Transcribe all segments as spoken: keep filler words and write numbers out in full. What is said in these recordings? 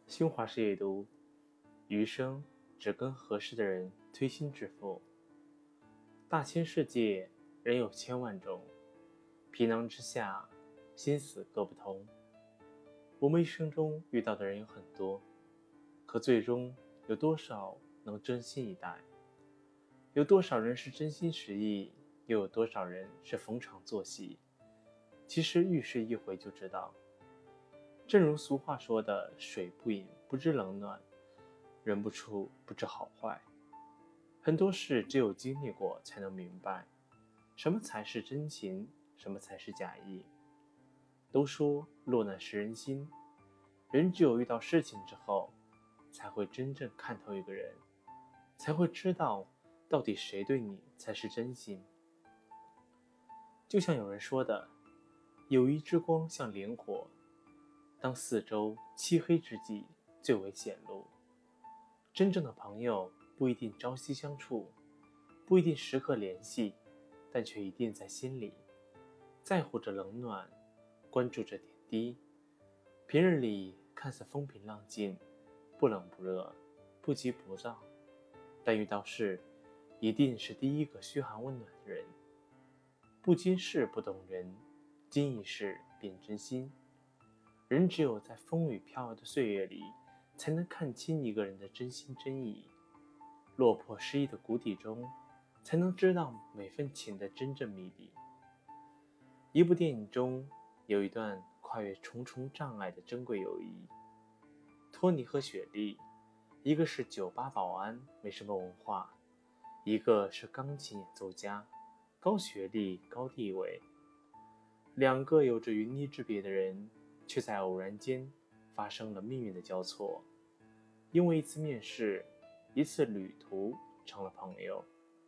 新华社阅读，余生只跟合适的人推心置腹。大千世界，人有千万种，皮囊之下，心思各不同。我们一生中遇到的人有很多，可最终有多少能真心以待？有多少人是真心实意，又有多少人是逢场作戏？其实遇事一回就知道。正如俗话说的，水不饮不知冷暖，人不处不知好坏。很多事只有经历过才能明白，什么才是真情，什么才是假意。都说落难识人心，人只有遇到事情之后，才会真正看透一个人，才会知道到底谁对你才是真心。就像有人说的，友谊之光像灵火，当四周漆黑之际最为显露。真正的朋友不一定朝夕相处，不一定时刻联系，但却一定在心里，在乎着冷暖，关注着点滴。平日里看似风平浪静，不冷不热，不急不躁，但遇到事一定是第一个嘘寒问暖的人。不经事不懂人，经一事便真心。人只有在风雨飘摇的岁月里，才能看清一个人的真心真意，落魄失意的谷底中，才能知道每份情的真正谜底。一部电影中有一段跨越重重障碍的珍贵友谊，托尼和雪莉，一个是酒吧保安，没什么文化，一个是钢琴演奏家，高学历高地位。两个有着云泥之别的人，却在偶然间发生了命运的交错，因为一次面试，一次旅途成了朋友。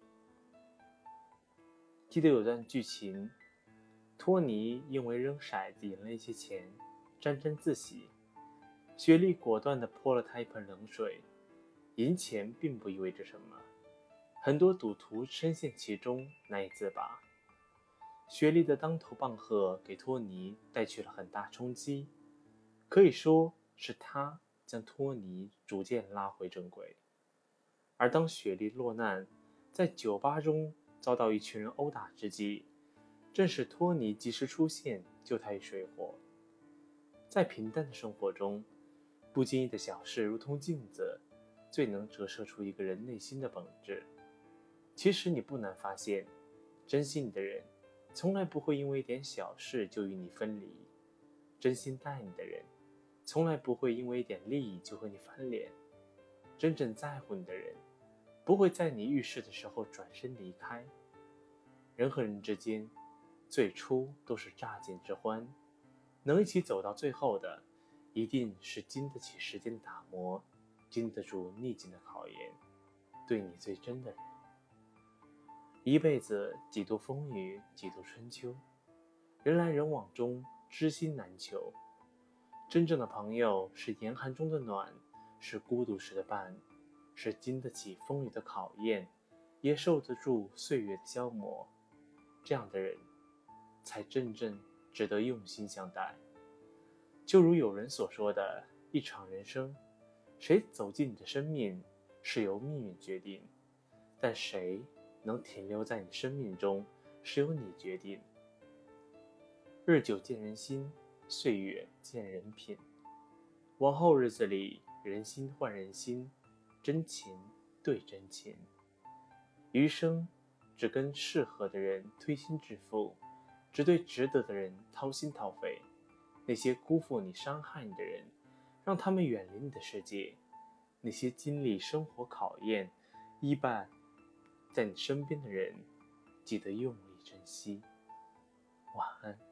记得有段剧情，托尼因为扔骰子赢了一些钱，沾沾自喜，雪莉果断地泼了他一盆冷水。赢钱并不意味着什么，很多赌徒深陷其中难以自拔。雪莉的当头棒喝给托尼带去了很大冲击，可以说是他将托尼逐渐拉回正轨。而当雪莉落难，在酒吧中遭到一群人殴打之际，正是托尼及时出现，救他于水火。在平淡的生活中，不经意的小事如同镜子，最能折射出一个人内心的本质。其实你不难发现，珍惜你的人从来不会因为一点小事就与你分离，真心待你的人从来不会因为一点利益就和你翻脸，真正在乎你的人不会在你遇事的时候转身离开。人和人之间最初都是乍见之欢，能一起走到最后的，一定是经得起时间的打磨，经得住逆境的考验，对你最真的人。一辈子几度风雨，几度春秋，人来人往中知心难求。真正的朋友是严寒中的暖，是孤独时的伴，是经得起风雨的考验，也受得住岁月的消磨。这样的人才真正值得用心相待。就如有人所说的，一场人生，谁走进你的生命是由命运决定，但谁能停留在你生命中是由你决定。日久见人心，岁月见人品。往后日子里，人心换人心，真情对真情。余生只跟适合的人推心置腹，只对值得的人掏心掏肺。那些辜负你伤害你的人，让他们远离你的世界。那些经历生活考验依伴在你身边的人，记得用力珍惜。晚安。